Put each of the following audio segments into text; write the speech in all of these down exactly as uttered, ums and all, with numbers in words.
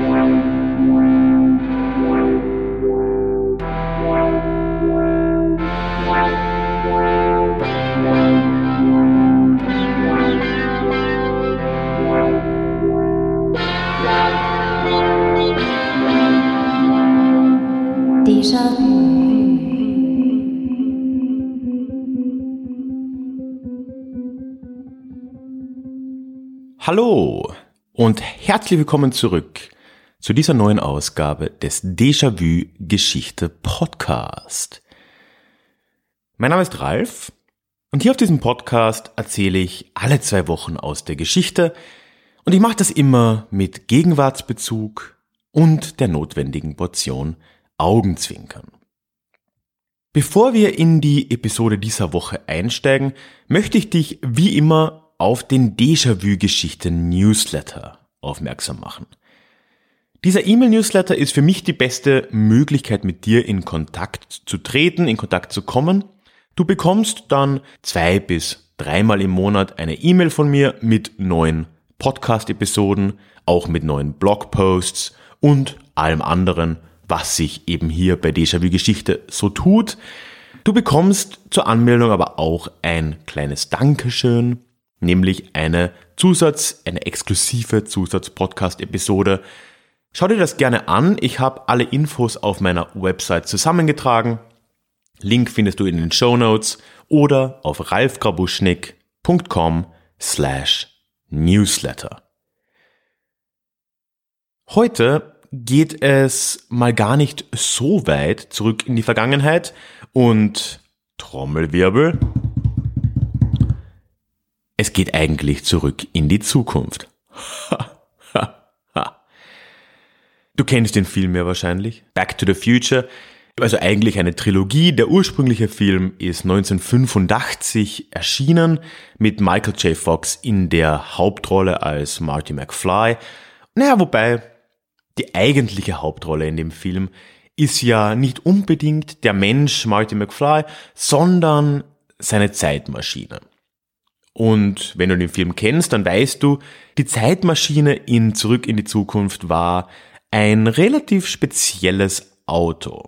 Hallo und herzlich willkommen zurück zu dieser neuen Ausgabe des Déjà-vu Geschichte Podcast. Mein Name ist Ralf und hier auf diesem Podcast erzähle ich alle zwei Wochen aus der Geschichte und ich mache das immer mit Gegenwartsbezug und der notwendigen Portion Augenzwinkern. Bevor wir in die Episode dieser Woche einsteigen, möchte ich dich wie immer auf den Déjà-vu-Geschichte-Newsletter aufmerksam machen. Dieser E-Mail-Newsletter ist für mich die beste Möglichkeit, mit dir in Kontakt zu treten, in Kontakt zu kommen. Du bekommst dann zwei bis dreimal im Monat eine E-Mail von mir mit neuen Podcast-Episoden, auch mit neuen Blogposts und allem anderen, was sich eben hier bei Déjà-vu-Geschichte so tut. Du bekommst zur Anmeldung aber auch ein kleines Dankeschön, nämlich eine Zusatz, eine exklusive Zusatz-Podcast-Episode. Schau dir das gerne an. Ich habe alle Infos auf meiner Website zusammengetragen. Link findest du in den Shownotes oder auf ralfgrabuschnik punkt com slash newsletter. Heute geht es mal gar nicht so weit zurück in die Vergangenheit und Trommelwirbel. Es geht eigentlich zurück in die Zukunft. Du kennst den Film ja wahrscheinlich. Back to the Future. Also eigentlich eine Trilogie. Der ursprüngliche Film ist neunzehnhundertfünfundachtzig erschienen mit Michael J. Fox in der Hauptrolle als Marty McFly. Naja, wobei die eigentliche Hauptrolle in dem Film ist ja nicht unbedingt der Mensch Marty McFly, sondern seine Zeitmaschine. Und wenn du den Film kennst, dann weißt du, die Zeitmaschine in Zurück in die Zukunft war ein relativ spezielles Auto.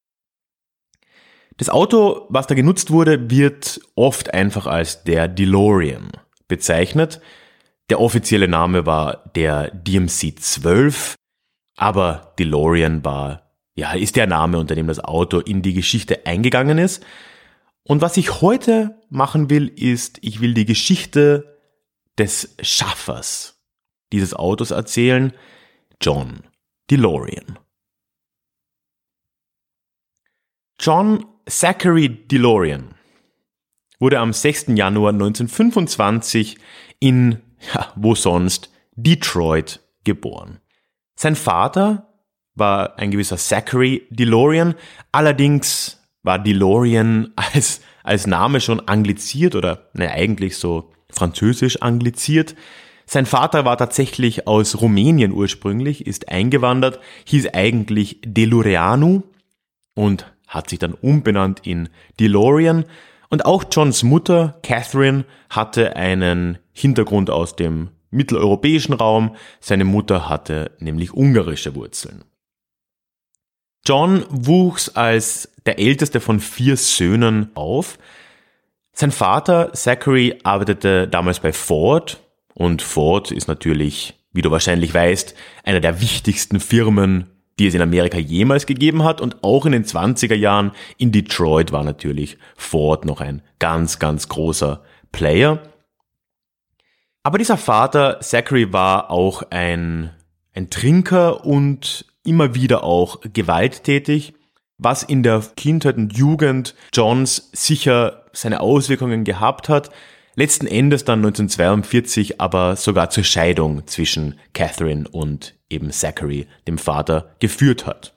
Das Auto, was da genutzt wurde, wird oft einfach als der DeLorean bezeichnet. Der offizielle Name war der D M C zwölf, aber DeLorean war, ja, ist der Name, unter dem das Auto in die Geschichte eingegangen ist. Und was ich heute machen will, ist, ich will die Geschichte des Schaffers dieses Autos erzählen, John DeLorean. John Zachary DeLorean wurde am sechsten Januar neunzehnhundertfünfundzwanzig in, ja, wo sonst, Detroit geboren. Sein Vater war ein gewisser Zachary DeLorean, allerdings war DeLorean als, als Name schon angliziert oder ne, eigentlich so französisch angliziert. Sein Vater war tatsächlich aus Rumänien ursprünglich, ist eingewandert, hieß eigentlich DeLoreanu und hat sich dann umbenannt in DeLorean. Und auch Johns Mutter, Catherine, hatte einen Hintergrund aus dem mitteleuropäischen Raum. Seine Mutter hatte nämlich ungarische Wurzeln. John wuchs als der älteste von vier Söhnen auf. Sein Vater, Zachary, arbeitete damals bei Ford und Ford ist natürlich, wie du wahrscheinlich weißt, einer der wichtigsten Firmen, die es in Amerika jemals gegeben hat, und auch in den zwanziger Jahren in Detroit war natürlich Ford noch ein ganz, ganz großer Player. Aber dieser Vater, Zachary, war auch ein, ein Trinker und immer wieder auch gewalttätig, was in der Kindheit und Jugend Johns sicher seine Auswirkungen gehabt hat, letzten Endes dann neunzehnhundertzweiundvierzig aber sogar zur Scheidung zwischen Catherine und eben Zachary, dem Vater, geführt hat.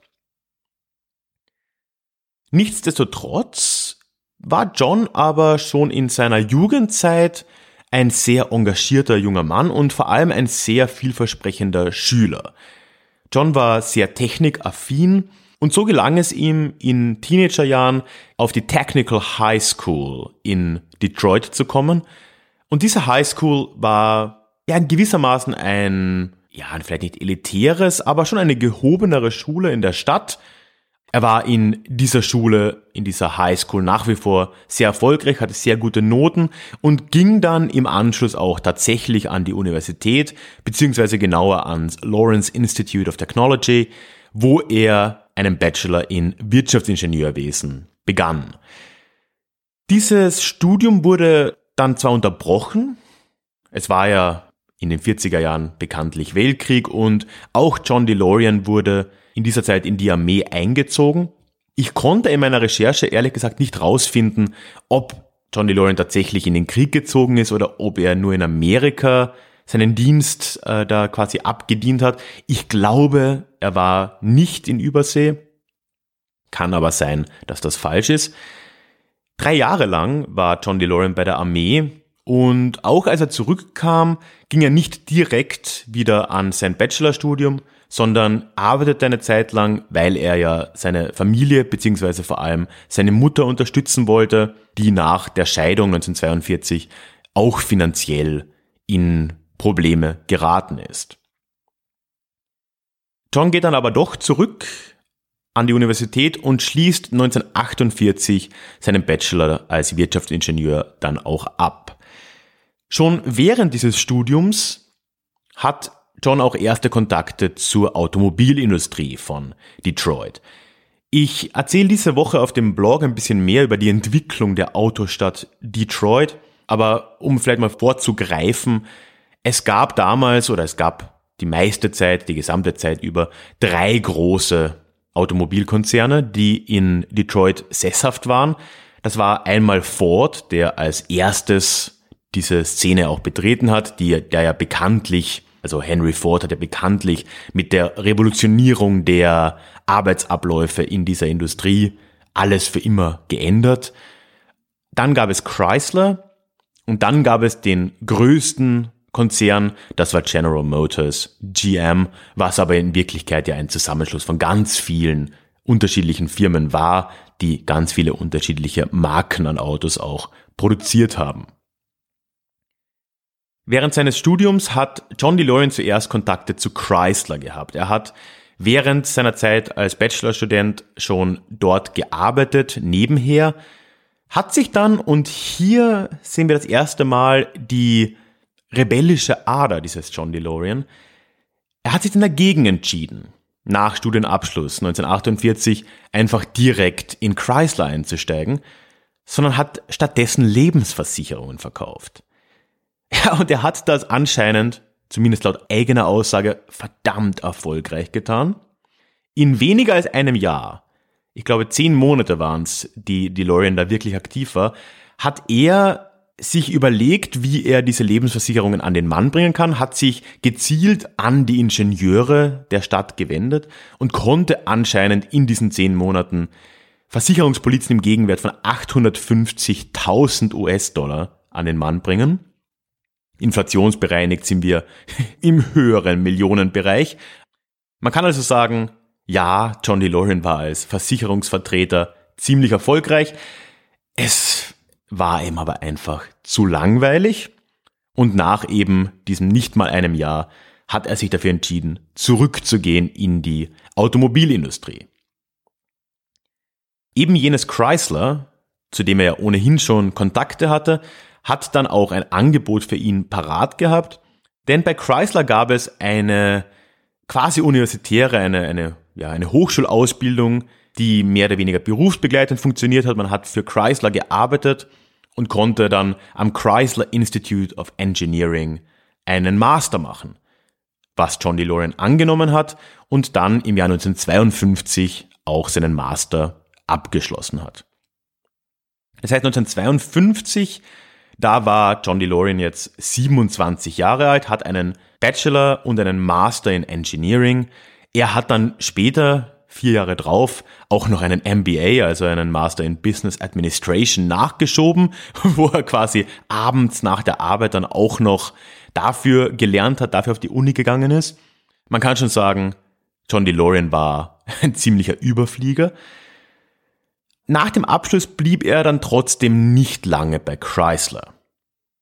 Nichtsdestotrotz war John aber schon in seiner Jugendzeit ein sehr engagierter junger Mann und vor allem ein sehr vielversprechender Schüler. John war sehr technikaffin und so gelang es ihm in Teenagerjahren auf die Technical High School in Detroit zu kommen. Und diese High School war ja in gewissermaßen ein, ja, vielleicht nicht elitäres, aber schon eine gehobenere Schule in der Stadt. Er war in dieser Schule, in dieser Highschool nach wie vor sehr erfolgreich, hatte sehr gute Noten und ging dann im Anschluss auch tatsächlich an die Universität, beziehungsweise genauer ans Lawrence Institute of Technology, wo er einen Bachelor in Wirtschaftsingenieurwesen begann. Dieses Studium wurde dann zwar unterbrochen, es war ja in den vierziger Jahren bekanntlich Weltkrieg und auch John DeLorean wurde in dieser Zeit in die Armee eingezogen. Ich konnte in meiner Recherche ehrlich gesagt nicht rausfinden, ob John DeLorean tatsächlich in den Krieg gezogen ist oder ob er nur in Amerika seinen Dienst äh, da quasi abgedient hat. Ich glaube, er war nicht in Übersee. Kann aber sein, dass das falsch ist. Drei Jahre lang war John DeLorean bei der Armee. Und auch als er zurückkam, ging er nicht direkt wieder an sein Bachelorstudium, sondern arbeitete eine Zeit lang, weil er ja seine Familie beziehungsweise vor allem seine Mutter unterstützen wollte, die nach der Scheidung neunzehnhundertzweiundvierzig auch finanziell in Probleme geraten ist. John geht dann aber doch zurück an die Universität und schließt neunzehnhundertachtundvierzig seinen Bachelor als Wirtschaftsingenieur dann auch ab. Schon während dieses Studiums hat John auch erste Kontakte zur Automobilindustrie von Detroit. Ich erzähle diese Woche auf dem Blog ein bisschen mehr über die Entwicklung der Autostadt Detroit, aber um vielleicht mal vorzugreifen, es gab damals oder es gab die meiste Zeit, die gesamte Zeit über drei große Automobilkonzerne, die in Detroit sesshaft waren. Das war einmal Ford, der als erstes diese Szene auch betreten hat, die, der ja bekanntlich, also Henry Ford hat ja bekanntlich mit der Revolutionierung der Arbeitsabläufe in dieser Industrie alles für immer geändert. Dann gab es Chrysler und dann gab es den größten Konzern, das war General Motors, G M, was aber in Wirklichkeit ja ein Zusammenschluss von ganz vielen unterschiedlichen Firmen war, die ganz viele unterschiedliche Marken an Autos auch produziert haben. Während seines Studiums hat John DeLorean zuerst Kontakte zu Chrysler gehabt. Er hat während seiner Zeit als Bachelorstudent schon dort gearbeitet, nebenher, hat sich dann, und hier sehen wir das erste Mal die rebellische Ader dieses John DeLorean, er hat sich dann dagegen entschieden, nach Studienabschluss neunzehnhundertachtundvierzig einfach direkt in Chrysler einzusteigen, sondern hat stattdessen Lebensversicherungen verkauft. Ja, und er hat das anscheinend, zumindest laut eigener Aussage, verdammt erfolgreich getan. In weniger als einem Jahr, ich glaube zehn Monate waren es, die DeLorean da wirklich aktiv war, hat er sich überlegt, wie er diese Lebensversicherungen an den Mann bringen kann, hat sich gezielt an die Ingenieure der Stadt gewendet und konnte anscheinend in diesen zehn Monaten Versicherungspolizen im Gegenwert von achthundertfünfzigtausend US-Dollar an den Mann bringen. Inflationsbereinigt sind wir im höheren Millionenbereich. Man kann also sagen, ja, John DeLorean war als Versicherungsvertreter ziemlich erfolgreich. Es war ihm aber einfach zu langweilig und nach eben diesem nicht mal einem Jahr hat er sich dafür entschieden, zurückzugehen in die Automobilindustrie. Eben jenes Chrysler, zu dem er ja ohnehin schon Kontakte hatte, hat dann auch ein Angebot für ihn parat gehabt, denn bei Chrysler gab es eine quasi universitäre, eine, eine, ja, eine Hochschulausbildung, die mehr oder weniger berufsbegleitend funktioniert hat. Man hat für Chrysler gearbeitet und konnte dann am Chrysler Institute of Engineering einen Master machen, was John DeLorean angenommen hat und dann im Jahr neunzehnhundertzweiundfünfzig auch seinen Master abgeschlossen hat. Das heißt neunzehnhundertzweiundfünfzig, da war John DeLorean jetzt siebenundzwanzig Jahre alt, hat einen Bachelor und einen Master in Engineering. Er hat dann später, vier Jahre drauf, auch noch einen M B A, also einen Master in Business Administration nachgeschoben, wo er quasi abends nach der Arbeit dann auch noch dafür gelernt hat, dafür auf die Uni gegangen ist. Man kann schon sagen, John DeLorean war ein ziemlicher Überflieger. Nach dem Abschluss blieb er dann trotzdem nicht lange bei Chrysler.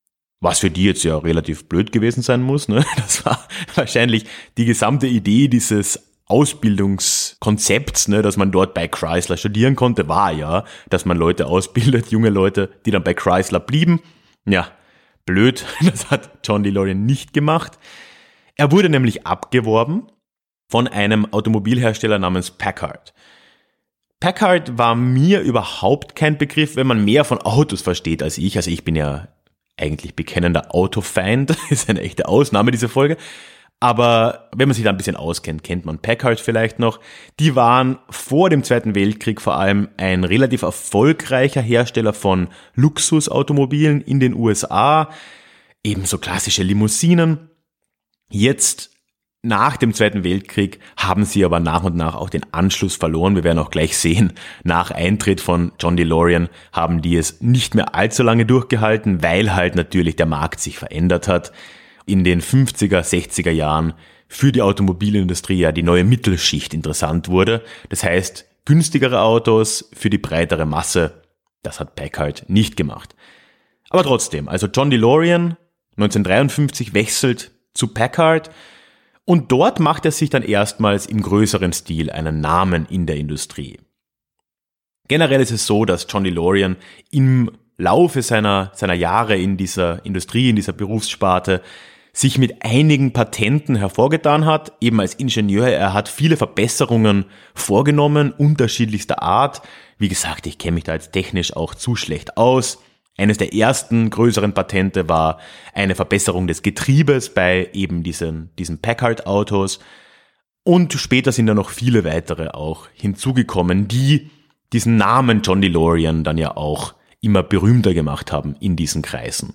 Was für die jetzt ja relativ blöd gewesen sein muss, ne? Das war wahrscheinlich die gesamte Idee dieses Ausbildungskonzepts, ne, dass man dort bei Chrysler studieren konnte, war ja, dass man Leute ausbildet, junge Leute, die dann bei Chrysler blieben. Ja, blöd, das hat John DeLorean nicht gemacht. Er wurde nämlich abgeworben von einem Automobilhersteller namens Packard. Packard war mir überhaupt kein Begriff, wenn man mehr von Autos versteht als ich. Also ich bin ja eigentlich bekennender Autofeind, ist eine echte Ausnahme, diese Folge. Aber wenn man sich da ein bisschen auskennt, kennt man Packard vielleicht noch. Die waren vor dem Zweiten Weltkrieg vor allem ein relativ erfolgreicher Hersteller von Luxusautomobilen in den U S A. Ebenso klassische Limousinen. Jetzt, nach dem Zweiten Weltkrieg, haben sie aber nach und nach auch den Anschluss verloren. Wir werden auch gleich sehen, nach Eintritt von John DeLorean haben die es nicht mehr allzu lange durchgehalten, weil halt natürlich der Markt sich verändert hat. In den fünfziger, sechziger Jahren für die Automobilindustrie ja die neue Mittelschicht interessant wurde. Das heißt, günstigere Autos für die breitere Masse, das hat Packard nicht gemacht. Aber trotzdem, also John DeLorean neunzehnhundertdreiundfünfzig wechselt zu Packard und dort macht er sich dann erstmals im größeren Stil einen Namen in der Industrie. Generell ist es so, dass John DeLorean im Laufe seiner, seiner Jahre in dieser Industrie, in dieser Berufssparte, sich mit einigen Patenten hervorgetan hat, eben als Ingenieur. Er hat viele Verbesserungen vorgenommen, unterschiedlichster Art. Wie gesagt, ich kenne mich da jetzt technisch auch zu schlecht aus. Eines der ersten größeren Patente war eine Verbesserung des Getriebes bei eben diesen, diesen Packard-Autos. Und später sind da noch viele weitere auch hinzugekommen, die diesen Namen John DeLorean dann ja auch immer berühmter gemacht haben in diesen Kreisen.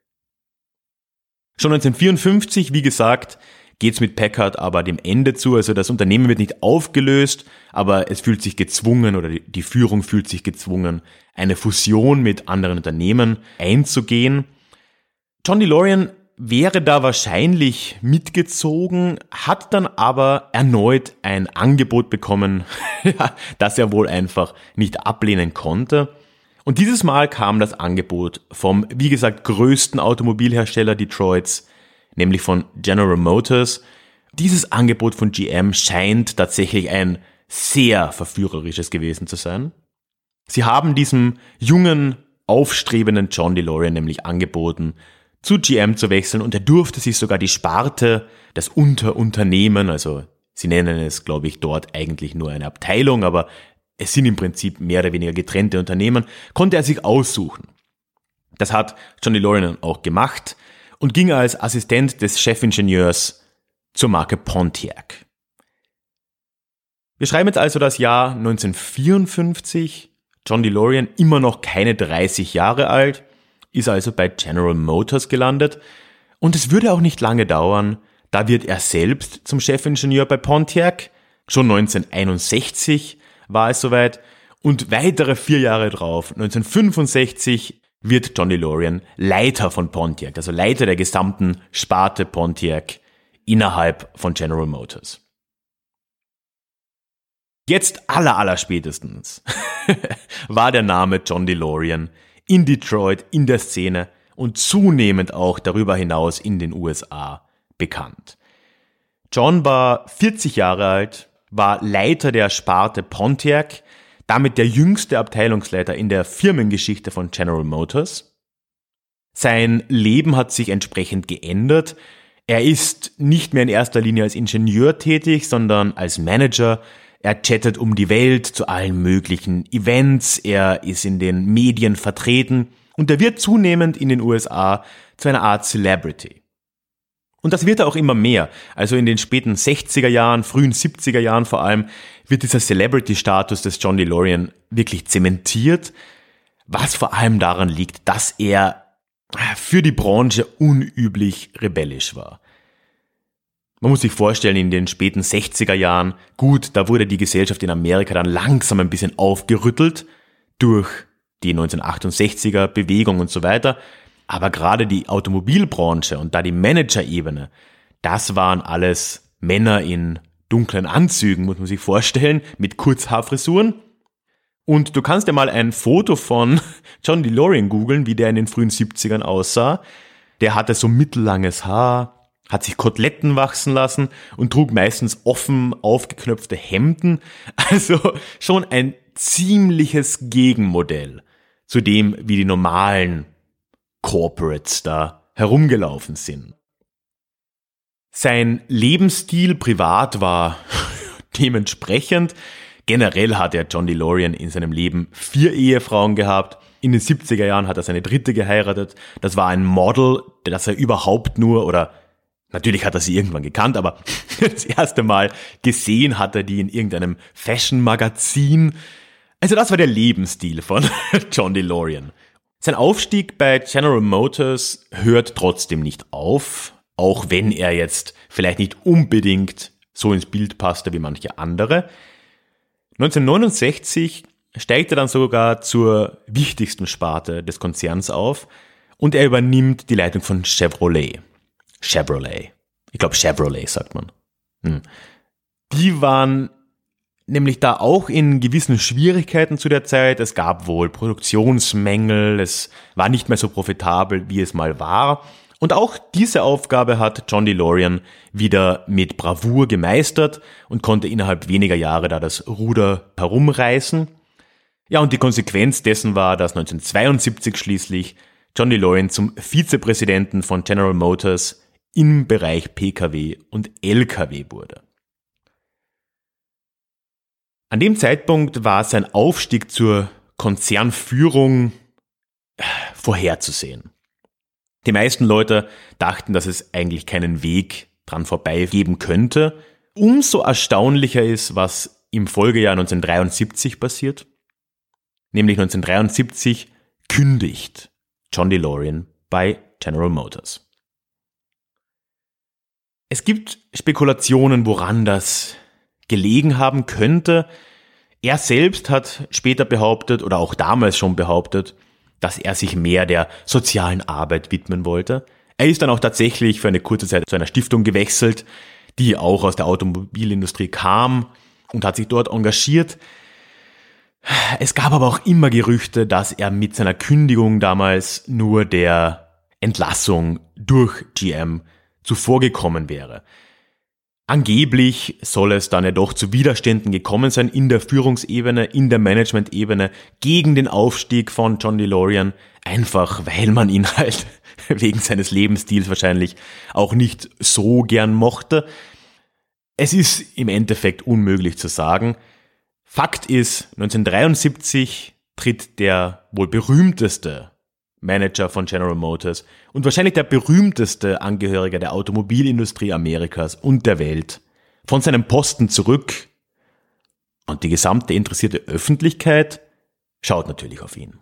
Schon neunzehnhundertvierundfünfzig, wie gesagt, geht's mit Packard aber dem Ende zu. Also das Unternehmen wird nicht aufgelöst, aber es fühlt sich gezwungen oder die Führung fühlt sich gezwungen, eine Fusion mit anderen Unternehmen einzugehen. John DeLorean wäre da wahrscheinlich mitgezogen, hat dann aber erneut ein Angebot bekommen, das er wohl einfach nicht ablehnen konnte. Und dieses Mal kam das Angebot vom, wie gesagt, größten Automobilhersteller Detroits, nämlich von General Motors. Dieses Angebot von G M scheint tatsächlich ein sehr verführerisches gewesen zu sein. Sie haben diesem jungen, aufstrebenden John DeLorean nämlich angeboten, zu G M zu wechseln und er durfte sich sogar die Sparte, das Unterunternehmen, also sie nennen es, glaube ich, dort eigentlich nur eine Abteilung, aber es sind im Prinzip mehr oder weniger getrennte Unternehmen, konnte er sich aussuchen. Das hat John DeLorean auch gemacht und ging als Assistent des Chefingenieurs zur Marke Pontiac. Wir schreiben jetzt also das Jahr neunzehnhundertvierundfünfzig, John DeLorean immer noch keine dreißig Jahre alt, ist also bei General Motors gelandet und es würde auch nicht lange dauern, da wird er selbst zum Chefingenieur bei Pontiac, schon neunzehnhunderteinundsechzig war es soweit und weitere vier Jahre drauf, neunzehnhundertfünfundsechzig, wird John DeLorean Leiter von Pontiac, also Leiter der gesamten Sparte Pontiac innerhalb von General Motors. Jetzt aller, aller spätestens war der Name John DeLorean in Detroit, in der Szene und zunehmend auch darüber hinaus in den U S A bekannt. John war vierzig Jahre alt, war Leiter der Sparte Pontiac, damit der jüngste Abteilungsleiter in der Firmengeschichte von General Motors. Sein Leben hat sich entsprechend geändert. Er ist nicht mehr in erster Linie als Ingenieur tätig, sondern als Manager. Er chattet um die Welt zu allen möglichen Events, er ist in den Medien vertreten und er wird zunehmend in den U S A zu einer Art Celebrity. Und das wird er auch immer mehr. Also in den späten sechziger Jahren, frühen siebziger Jahren vor allem, wird dieser Celebrity-Status des John DeLorean wirklich zementiert, was vor allem daran liegt, dass er für die Branche unüblich rebellisch war. Man muss sich vorstellen, in den späten sechziger Jahren, gut, da wurde die Gesellschaft in Amerika dann langsam ein bisschen aufgerüttelt durch die neunzehnhundertachtundsechziger Bewegung und so weiter. Aber gerade die Automobilbranche und da die Managerebene, das waren alles Männer in dunklen Anzügen, muss man sich vorstellen, mit Kurzhaarfrisuren. Und du kannst ja mal ein Foto von John DeLorean googeln, wie der in den frühen siebzigern aussah. der hatte so mittellanges Haar, hat sich Koteletten wachsen lassen und trug meistens offen aufgeknöpfte Hemden. Also schon ein ziemliches Gegenmodell zu dem, wie die normalen Corporates da herumgelaufen sind. Sein Lebensstil privat war dementsprechend. Generell hat er John DeLorean in seinem Leben vier Ehefrauen gehabt. In den siebziger Jahren hat er seine dritte geheiratet. Das war ein Model, das er überhaupt nur, oder natürlich hat er sie irgendwann gekannt, aber das erste Mal gesehen hat er die in irgendeinem Fashion-Magazin. Also das war der Lebensstil von John DeLorean. Sein Aufstieg bei General Motors hört trotzdem nicht auf, auch wenn er jetzt vielleicht nicht unbedingt so ins Bild passte wie manche andere. neunzehnhundertneunundsechzig steigt er dann sogar zur wichtigsten Sparte des Konzerns auf und er übernimmt die Leitung von Chevrolet. Chevrolet. Ich glaube Chevrolet sagt man. Hm. Die waren nämlich da auch in gewissen Schwierigkeiten zu der Zeit. Es gab wohl Produktionsmängel, es war nicht mehr so profitabel, wie es mal war. Und auch diese Aufgabe hat John DeLorean wieder mit Bravour gemeistert und konnte innerhalb weniger Jahre da das Ruder herumreißen. Ja, und die Konsequenz dessen war, dass neunzehnhundertzweiundsiebzig schließlich John DeLorean zum Vizepräsidenten von General Motors im Bereich P K W und L K W wurde. An dem Zeitpunkt war sein Aufstieg zur Konzernführung vorherzusehen. Die meisten Leute dachten, dass es eigentlich keinen Weg dran vorbei geben könnte. Umso erstaunlicher ist, was im Folgejahr neunzehnhundertdreiundsiebzig passiert. Nämlich neunzehnhundertdreiundsiebzig kündigt John DeLorean bei General Motors. Es gibt Spekulationen, woran das gelegen haben könnte. Er selbst hat später behauptet, oder auch damals schon behauptet, dass er sich mehr der sozialen Arbeit widmen wollte. Er ist dann auch tatsächlich für eine kurze Zeit zu einer Stiftung gewechselt, die auch aus der Automobilindustrie kam und hat sich dort engagiert. Es gab aber auch immer Gerüchte, dass er mit seiner Kündigung damals nur der Entlassung durch G M zuvorgekommen wäre. Angeblich soll es dann ja doch zu Widerständen gekommen sein in der Führungsebene, in der Managementebene gegen den Aufstieg von John DeLorean, einfach weil man ihn halt wegen seines Lebensstils wahrscheinlich auch nicht so gern mochte. Es ist im Endeffekt unmöglich zu sagen. Fakt ist, neunzehnhundertdreiundsiebzig tritt der wohl berühmteste Manager von General Motors und wahrscheinlich der berühmteste Angehörige der Automobilindustrie Amerikas und der Welt von seinem Posten zurück und die gesamte interessierte Öffentlichkeit schaut natürlich auf ihn.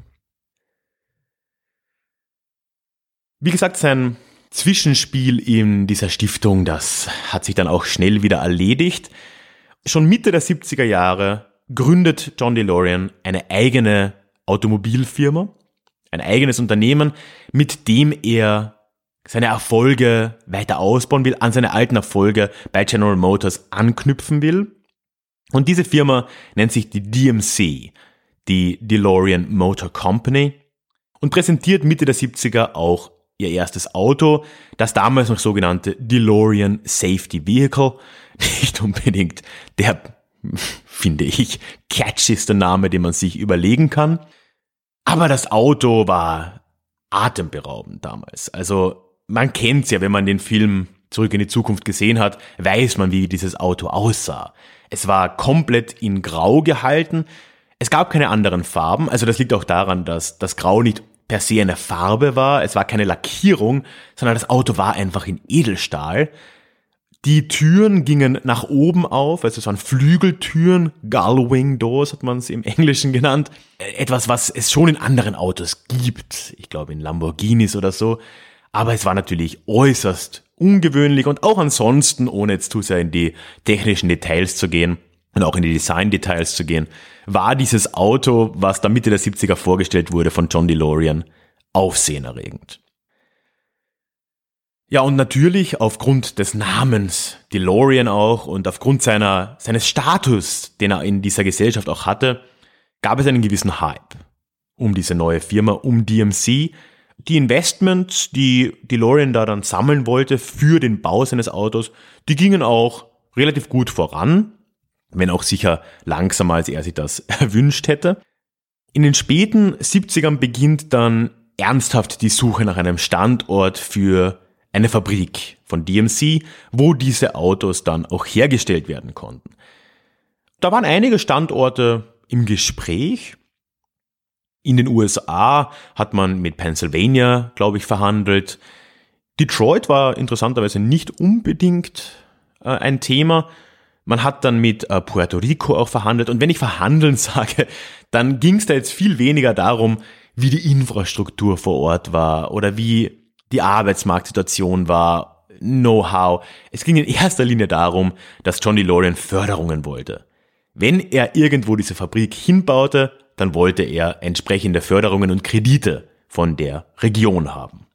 Wie gesagt, sein Zwischenspiel in dieser Stiftung, das hat sich dann auch schnell wieder erledigt. Schon Mitte der siebziger Jahre gründet John DeLorean eine eigene Automobilfirma, ein eigenes Unternehmen, mit dem er seine Erfolge weiter ausbauen will, an seine alten Erfolge bei General Motors anknüpfen will. Und diese Firma nennt sich die D M C, die DeLorean Motor Company, und präsentiert Mitte der siebziger auch ihr erstes Auto, das damals noch sogenannte DeLorean Safety Vehicle, nicht unbedingt der, finde ich, catchigste Name, den man sich überlegen kann. Aber das Auto war atemberaubend damals. Also man kennt's ja, wenn man den Film Zurück in die Zukunft gesehen hat, weiß man, wie dieses Auto aussah. Es war komplett in Grau gehalten. Es gab keine anderen Farben. Also das liegt auch daran, dass das Grau nicht per se eine Farbe war. Es war keine Lackierung, sondern das Auto war einfach in Edelstahl. Die Türen gingen nach oben auf, also es waren Flügeltüren, Gullwing Doors hat man es im Englischen genannt. Etwas, was es schon in anderen Autos gibt, ich glaube in Lamborghinis oder so. Aber es war natürlich äußerst ungewöhnlich und auch ansonsten, ohne jetzt zu sehr in die technischen Details zu gehen und auch in die Design-Details zu gehen, war dieses Auto, was da Mitte der siebziger vorgestellt wurde von John DeLorean, aufsehenerregend. Ja, und natürlich aufgrund des Namens DeLorean auch und aufgrund seiner, seines Status, den er in dieser Gesellschaft auch hatte, gab es einen gewissen Hype um diese neue Firma, um D M C. die Investments, die DeLorean da dann sammeln wollte für den Bau seines Autos, die gingen auch relativ gut voran, wenn auch sicher langsamer, als er sich das erwünscht hätte. In den späten siebzigern beginnt dann ernsthaft die Suche nach einem Standort für eine Fabrik von D M C, wo diese Autos dann auch hergestellt werden konnten. Da waren einige Standorte im Gespräch. In den U S A hat man mit Pennsylvania, glaube ich, verhandelt. Detroit war interessanterweise nicht unbedingt äh, ein Thema. Man hat dann mit äh, Puerto Rico auch verhandelt. Und wenn ich verhandeln sage, dann ging es da jetzt viel weniger darum, wie die Infrastruktur vor Ort war oder wie die Arbeitsmarktsituation war, Know-how. Es ging in erster Linie darum, dass John DeLorean Förderungen wollte. Wenn er irgendwo diese Fabrik hinbaute, dann wollte er entsprechende Förderungen und Kredite von der Region haben.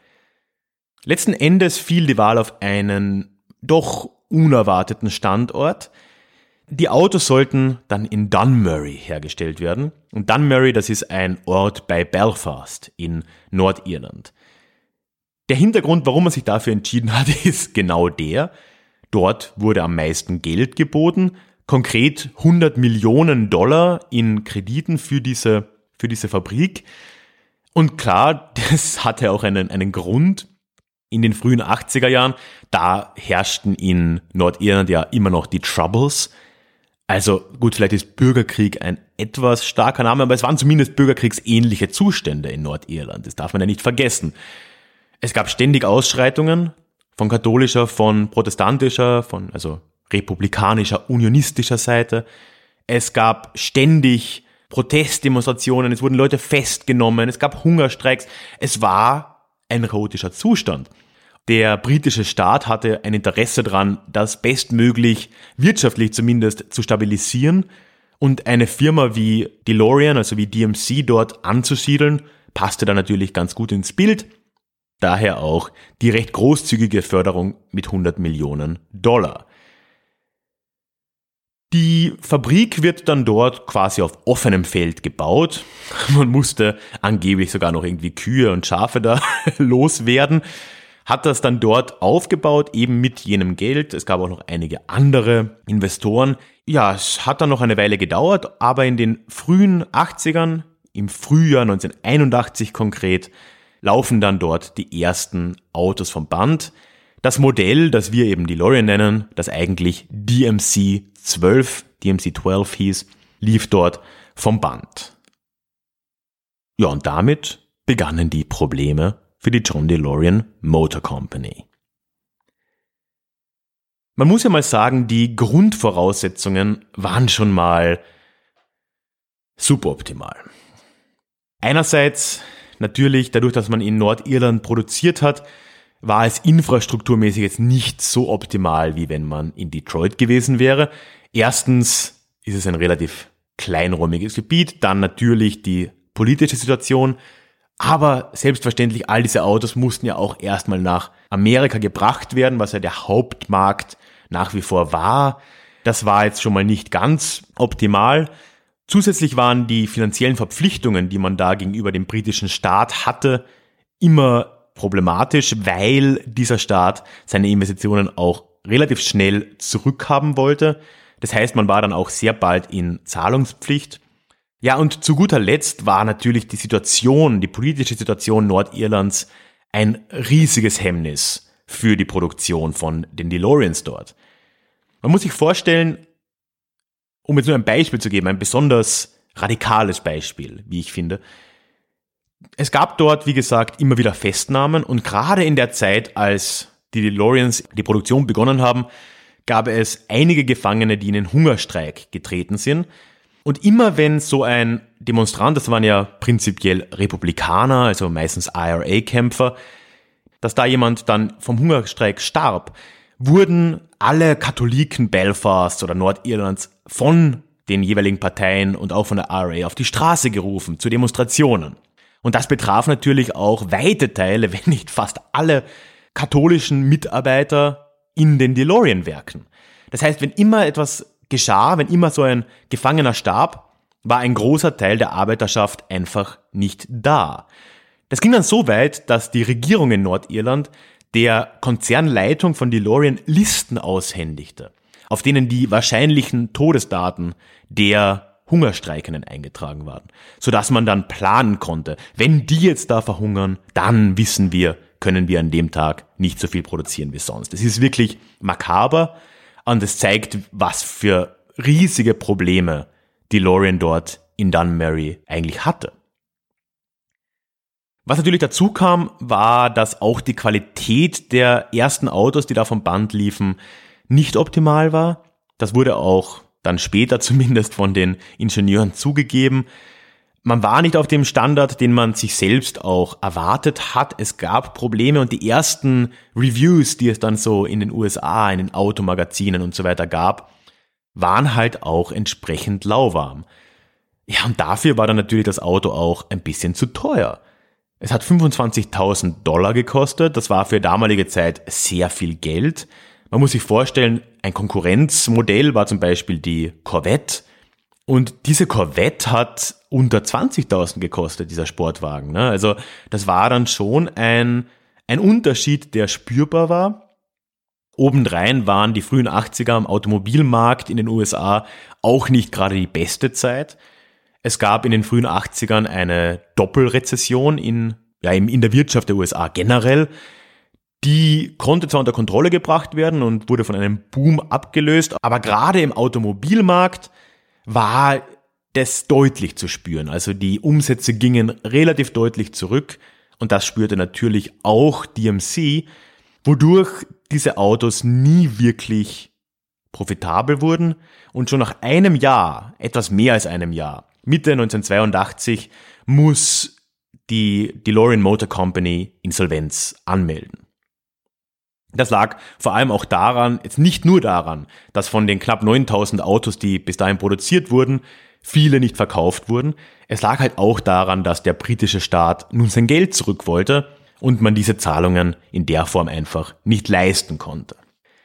Letzten Endes fiel die Wahl auf einen doch unerwarteten Standort. Die Autos sollten dann in Dunmurry hergestellt werden. Und Dunmurry, das ist ein Ort bei Belfast in Nordirland. Der Hintergrund, warum man sich dafür entschieden hat, ist genau der. Dort wurde am meisten Geld geboten, konkret hundert Millionen Dollar in Krediten für diese, für diese Fabrik. Und klar, das hatte auch einen, einen Grund. In den frühen achtziger Jahren, da herrschten in Nordirland ja immer noch die Troubles. Also gut, vielleicht ist Bürgerkrieg ein etwas starker Name, aber es waren zumindest bürgerkriegsähnliche Zustände in Nordirland. Das darf man ja nicht vergessen. Es gab ständig Ausschreitungen von katholischer, von protestantischer, von also republikanischer, unionistischer Seite. Es gab ständig Protestdemonstrationen, es wurden Leute festgenommen, es gab Hungerstreiks. Es war ein chaotischer Zustand. Der britische Staat hatte ein Interesse daran, das bestmöglich, wirtschaftlich zumindest, zu stabilisieren und eine Firma wie DeLorean, also wie D M C dort anzusiedeln, passte da natürlich ganz gut ins Bild. Daher auch die recht großzügige Förderung mit hundert Millionen Dollar. Die Fabrik wird dann dort quasi auf offenem Feld gebaut. Man musste angeblich sogar noch irgendwie Kühe und Schafe da loswerden. Hat das dann dort aufgebaut, eben mit jenem Geld. Es gab auch noch einige andere Investoren. Ja, es hat dann noch eine Weile gedauert, aber in den frühen achtzigern, im Frühjahr neunzehnhunderteinundachtzig konkret, laufen dann dort die ersten Autos vom Band. Das Modell, das wir eben DeLorean nennen, das eigentlich D M C zwölf, D M C zwölf hieß, lief dort vom Band. Ja, und damit begannen die Probleme für die John DeLorean Motor Company. Man muss ja mal sagen, die Grundvoraussetzungen waren schon mal suboptimal. Einerseits natürlich, dadurch, dass man in Nordirland produziert hat, war es infrastrukturmäßig jetzt nicht so optimal, wie wenn man in Detroit gewesen wäre. Erstens ist es ein relativ kleinräumiges Gebiet, dann natürlich die politische Situation, aber selbstverständlich, all diese Autos mussten ja auch erstmal nach Amerika gebracht werden, was ja der Hauptmarkt nach wie vor war. Das war jetzt schon mal nicht ganz optimal. Zusätzlich waren die finanziellen Verpflichtungen, die man da gegenüber dem britischen Staat hatte, immer problematisch, weil dieser Staat seine Investitionen auch relativ schnell zurückhaben wollte. Das heißt, man war dann auch sehr bald in Zahlungspflicht. Ja, und zu guter Letzt war natürlich die Situation, die politische Situation Nordirlands ein riesiges Hemmnis für die Produktion von den DeLoreans dort. Man muss sich vorstellen, um jetzt nur ein Beispiel zu geben, ein besonders radikales Beispiel, wie ich finde. Es gab dort, wie gesagt, immer wieder Festnahmen und gerade in der Zeit, als die DeLoreans die Produktion begonnen haben, gab es einige Gefangene, die in den Hungerstreik getreten sind. Und immer wenn so ein Demonstrant, das waren ja prinzipiell Republikaner, also meistens I R A-Kämpfer, dass da jemand dann vom Hungerstreik starb, wurden alle Katholiken Belfast oder Nordirlands von den jeweiligen Parteien und auch von der I R A auf die Straße gerufen zu Demonstrationen. Und das betraf natürlich auch weite Teile, wenn nicht fast alle katholischen Mitarbeiter in den DeLorean-Werken. Das heißt, wenn immer etwas geschah, wenn immer so ein Gefangener starb, war ein großer Teil der Arbeiterschaft einfach nicht da. Das ging dann so weit, dass die Regierung in Nordirland der Konzernleitung von DeLorean Listen aushändigte, auf denen die wahrscheinlichen Todesdaten der Hungerstreikenden eingetragen waren, sodass man dann planen konnte, wenn die jetzt da verhungern, dann wissen wir, können wir an dem Tag nicht so viel produzieren wie sonst. Es ist wirklich makaber und es zeigt, was für riesige Probleme DeLorean dort in Dunmurry eigentlich hatte. Was natürlich dazu kam, war, dass auch die Qualität der ersten Autos, die da vom Band liefen, nicht optimal war. Das wurde auch dann später zumindest von den Ingenieuren zugegeben. Man war nicht auf dem Standard, den man sich selbst auch erwartet hat. Es gab Probleme und die ersten Reviews, die es dann so in den U S A, in den Automagazinen und so weiter gab, waren halt auch entsprechend lauwarm. Ja, und dafür war dann natürlich das Auto auch ein bisschen zu teuer. Es hat fünfundzwanzigtausend Dollar gekostet. Das war für damalige Zeit sehr viel Geld. Man muss sich vorstellen, ein Konkurrenzmodell war zum Beispiel die Corvette. Und diese Corvette hat unter zwanzigtausend gekostet, dieser Sportwagen. Also das war dann schon ein, ein Unterschied, der spürbar war. Obendrein waren die frühen achtziger am Automobilmarkt in den U S A auch nicht gerade die beste Zeit. Es gab in den frühen achtzigern eine Doppelrezession in, ja, in der Wirtschaft der U S A generell. Die konnte zwar unter Kontrolle gebracht werden und wurde von einem Boom abgelöst, aber gerade im Automobilmarkt war das deutlich zu spüren. Also die Umsätze gingen relativ deutlich zurück und das spürte natürlich auch D M C, wodurch diese Autos nie wirklich profitabel wurden und schon nach einem Jahr, etwas mehr als einem Jahr, Mitte neunzehnhundertzweiundachtzig, muss die DeLorean Motor Company Insolvenz anmelden. Das lag vor allem auch daran, jetzt nicht nur daran, dass von den knapp neuntausend Autos, die bis dahin produziert wurden, viele nicht verkauft wurden. Es lag halt auch daran, dass der britische Staat nun sein Geld zurück wollte und man diese Zahlungen in der Form einfach nicht leisten konnte.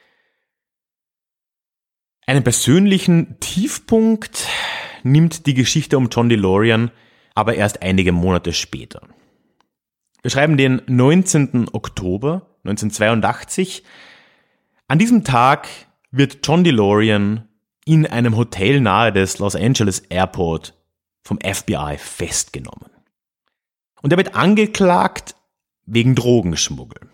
Einen persönlichen Tiefpunkt nimmt die Geschichte um John DeLorean aber erst einige Monate später. Wir schreiben den neunzehnten Oktober neunzehnhundertzweiundachtzig. An diesem Tag wird John DeLorean in einem Hotel nahe des Los Angeles Airport vom F B I festgenommen. Und er wird angeklagt wegen Drogenschmuggel.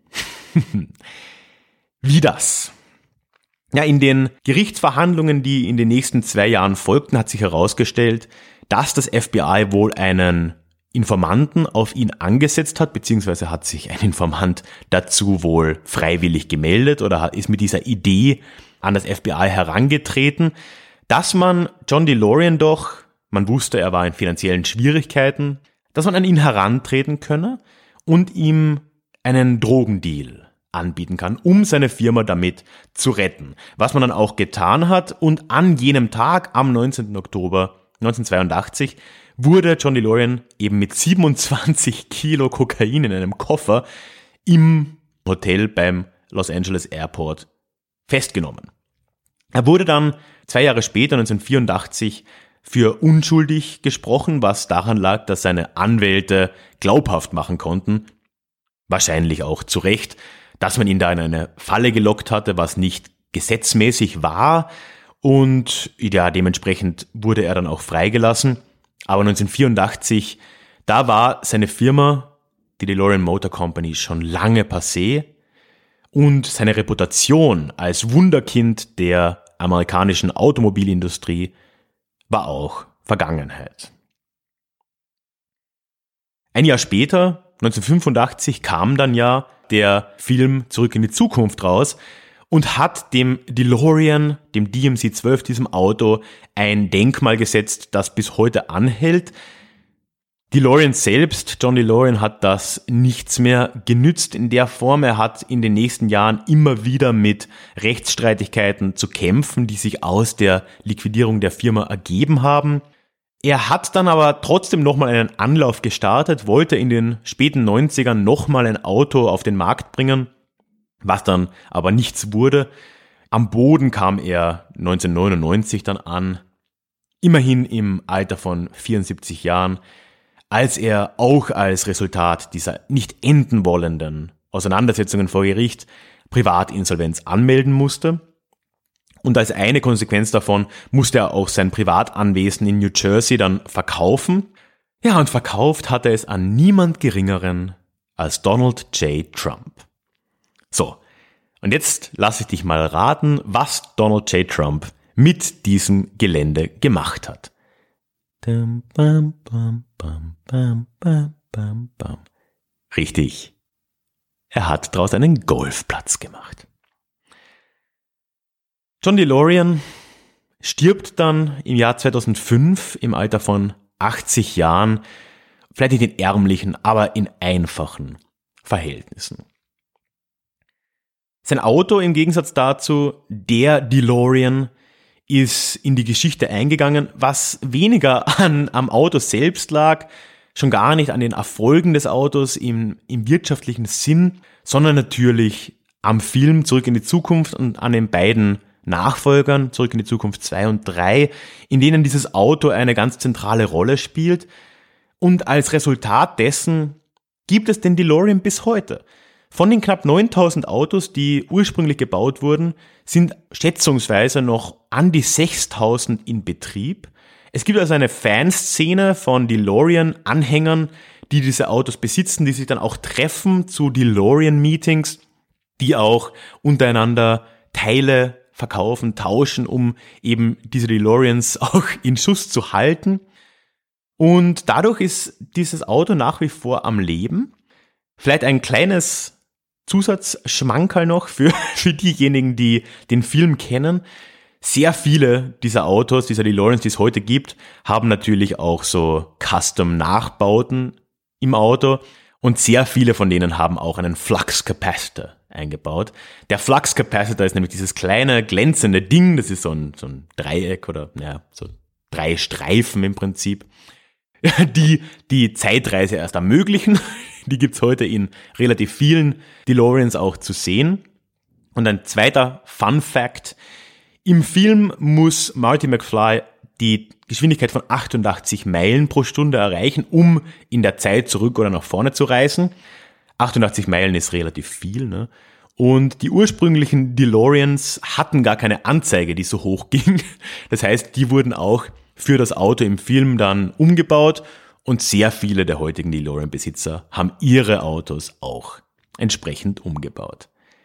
Wie das? Ja, in den Gerichtsverhandlungen, die in den nächsten zwei Jahren folgten, hat sich herausgestellt, dass das F B I wohl einen Informanten auf ihn angesetzt hat, beziehungsweise hat sich ein Informant dazu wohl freiwillig gemeldet oder ist mit dieser Idee an das F B I herangetreten, dass man John DeLorean doch, man wusste, er war in finanziellen Schwierigkeiten, dass man an ihn herantreten könne und ihm einen Drogendeal anbieten kann, um seine Firma damit zu retten. Was man dann auch getan hat und an jenem Tag, am neunzehnten Oktober neunzehnhundertzweiundachtzig, wurde John DeLorean eben mit siebenundzwanzig Kilo Kokain in einem Koffer im Hotel beim Los Angeles Airport festgenommen. Er wurde dann zwei Jahre später, neunzehnhundertvierundachtzig, für unschuldig gesprochen, was daran lag, dass seine Anwälte glaubhaft machen konnten, wahrscheinlich auch zu Recht, dass man ihn da in eine Falle gelockt hatte, was nicht gesetzmäßig war, und ja, dementsprechend wurde er dann auch freigelassen. Aber neunzehnhundertvierundachtzig, da war seine Firma, die DeLorean Motor Company, schon lange passé und seine Reputation als Wunderkind der amerikanischen Automobilindustrie war auch Vergangenheit. Ein Jahr später, neunzehnhundertfünfundachtzig, kam dann ja der Film Zurück in die Zukunft raus und hat dem DeLorean, dem D M C zwölf, diesem Auto, ein Denkmal gesetzt, das bis heute anhält. DeLorean selbst, John DeLorean, hat das nichts mehr genützt in der Form. Er hat in den nächsten Jahren immer wieder mit Rechtsstreitigkeiten zu kämpfen, die sich aus der Liquidierung der Firma ergeben haben. Er hat dann aber trotzdem nochmal einen Anlauf gestartet, wollte in den späten neunzigern nochmal ein Auto auf den Markt bringen, was dann aber nichts wurde. Am Boden kam er neunzehnhundertneunundneunzig dann an, immerhin im Alter von vierundsiebzig Jahren. als er auch als Resultat dieser nicht enden wollenden Auseinandersetzungen vor Gericht Privatinsolvenz anmelden musste. Und als eine Konsequenz davon musste er auch sein Privatanwesen in New Jersey dann verkaufen. Ja, und verkauft hat er es an niemand Geringeren als Donald J. Trump. So, und jetzt lasse ich dich mal raten, was Donald J. Trump mit diesem Gelände gemacht hat. Richtig. Er hat daraus einen Golfplatz gemacht. John DeLorean stirbt dann im Jahr zweitausendfünf im Alter von achtzig Jahren, vielleicht nicht in ärmlichen, aber in einfachen Verhältnissen. Sein Auto im Gegensatz dazu, der DeLorean, ist in die Geschichte eingegangen, was weniger an, am Auto selbst lag, schon gar nicht an den Erfolgen des Autos im, im wirtschaftlichen Sinn, sondern natürlich am Film Zurück in die Zukunft und an den beiden Nachfolgern, Zurück in die Zukunft zwei und drei, in denen dieses Auto eine ganz zentrale Rolle spielt. Und als Resultat dessen gibt es den DeLorean bis heute. Von den knapp neuntausend Autos, die ursprünglich gebaut wurden, sind schätzungsweise noch an die sechstausend in Betrieb. Es gibt also eine Fanszene von DeLorean-Anhängern, die diese Autos besitzen, die sich dann auch treffen zu DeLorean-Meetings, die auch untereinander Teile verkaufen, tauschen, um eben diese DeLoreans auch in Schuss zu halten. Und dadurch ist dieses Auto nach wie vor am Leben. Vielleicht ein kleines Zusatzschmankerl noch für, für diejenigen, die den Film kennen. Sehr viele dieser Autos, dieser DeLoreans, die es heute gibt, haben natürlich auch so Custom-Nachbauten im Auto. Und sehr viele von denen haben auch einen Flux Capacitor eingebaut. Der Flux Capacitor ist nämlich dieses kleine glänzende Ding, das ist so ein, so ein Dreieck oder ja, so drei Streifen im Prinzip, die die Zeitreise erst ermöglichen. Die gibt's heute in relativ vielen DeLoreans auch zu sehen. Und ein zweiter Fun Fact: Im Film muss Marty McFly die Geschwindigkeit von achtundachtzig Meilen pro Stunde erreichen, um in der Zeit zurück oder nach vorne zu reisen. achtundachtzig Meilen ist relativ viel, ne? Und die ursprünglichen DeLoreans hatten gar keine Anzeige, die so hoch ging. Das heißt, die wurden auch für das Auto im Film dann umgebaut und sehr viele der heutigen DeLorean-Besitzer haben ihre Autos auch entsprechend umgebaut.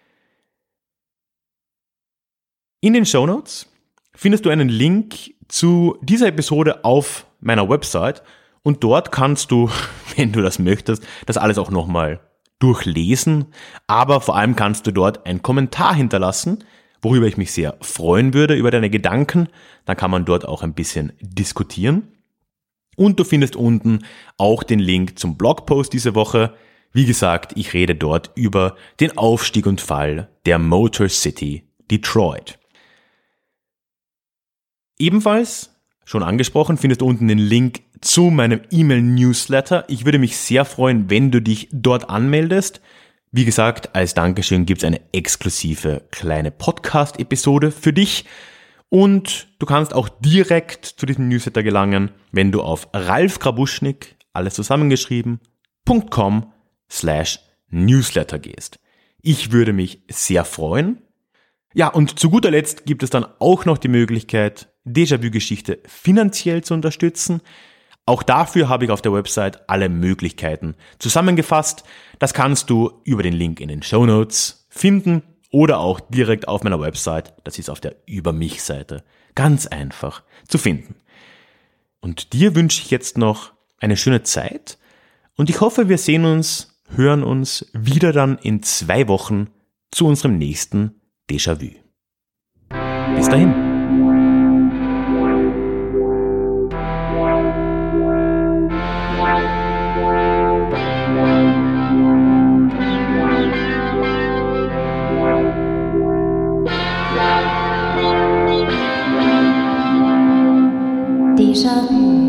In den Shownotes findest du einen Link zu dieser Episode auf meiner Website und dort kannst du, wenn du das möchtest, das alles auch nochmal durchlesen, aber vor allem kannst du dort einen Kommentar hinterlassen, worüber ich mich sehr freuen würde, über deine Gedanken. Dann kann man dort auch ein bisschen diskutieren. Und du findest unten auch den Link zum Blogpost diese Woche. Wie gesagt, ich rede dort über den Aufstieg und Fall der Motor City Detroit. Ebenfalls, schon angesprochen, findest du unten den Link zu meinem E-Mail-Newsletter. Ich würde mich sehr freuen, wenn du dich dort anmeldest. Wie gesagt, als Dankeschön gibt es eine exklusive kleine Podcast-Episode für dich. Und du kannst auch direkt zu diesem Newsletter gelangen, wenn du auf ralfgrabuschnik, alles zusammengeschrieben, .com slash Newsletter gehst. Ich würde mich sehr freuen. Ja, und zu guter Letzt gibt es dann auch noch die Möglichkeit, Déjà-vu-Geschichte finanziell zu unterstützen. Auch dafür habe ich auf der Website alle Möglichkeiten zusammengefasst. Das kannst du über den Link in den Shownotes finden oder auch direkt auf meiner Website. Das ist auf der Über mich-Seite. Ganz einfach zu finden. Und dir wünsche ich jetzt noch eine schöne Zeit und ich hoffe, wir sehen uns, hören uns wieder dann in zwei Wochen zu unserem nächsten Déjà-vu. Bis dahin. Déjà vu.